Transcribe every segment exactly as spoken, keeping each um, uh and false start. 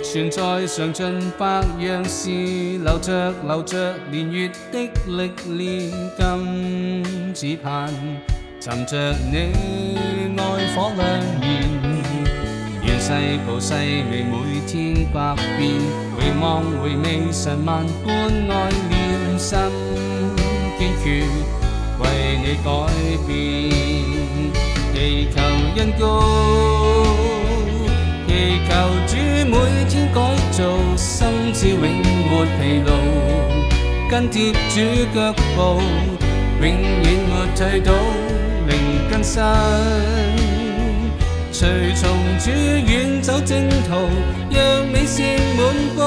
存在嘗盡百樣事，流着流着年月的歷練，今只盼尋着你愛火亮燃。願世葡世味每天百變，回望回味神萬般愛戀，心堅決為你改變，祈求恩膏，祈求主每天改造，心智永沒疲勞，跟貼主腳步，永遠沒退倒，靈更新。隨從主遠走征途，讓美善滿布，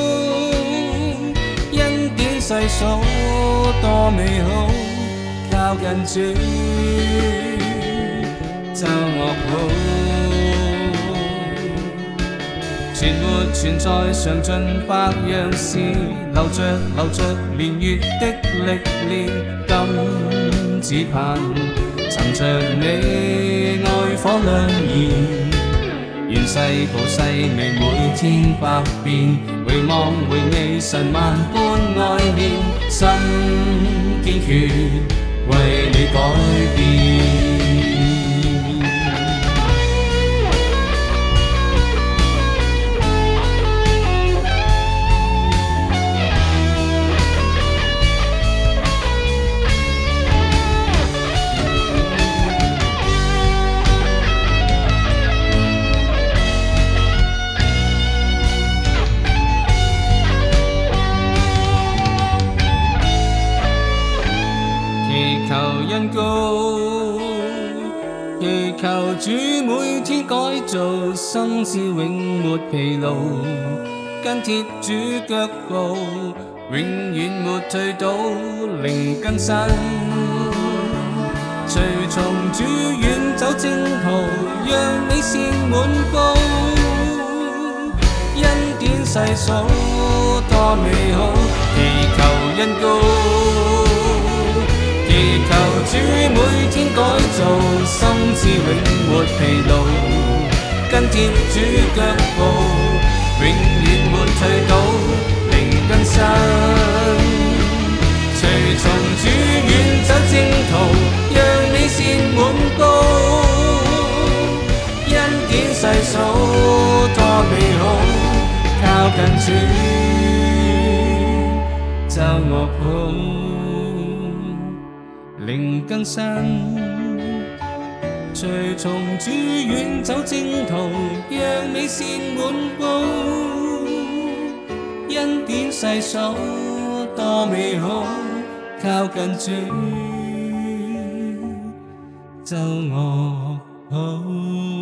恩典細數多美好，靠近主就樂譜。存活存在嘗盡百樣事，流着流着年月的歷練，今只盼尋着你愛火亮燃。願世葡世味每天百變，回望回味神萬般愛戀，心堅決為你改變。祈求恩膏，祈求主每天改造，心智永沒疲勞，跟貼主腳步，永遠沒退倒，靈更新。隨從主遠走征途，讓美善滿布，恩典細數多美好，祈求恩膏。祈求主每天改造，心智永沒疲勞，跟貼主腳步，永遠沒退倒，靈更新。隨從主遠走征途，讓美善滿布，恩典細數多美好，靠近主就樂譜。靈更新，隨從主遠走征途，讓美善滿布，恩典細數多美好，靠近主就樂譜。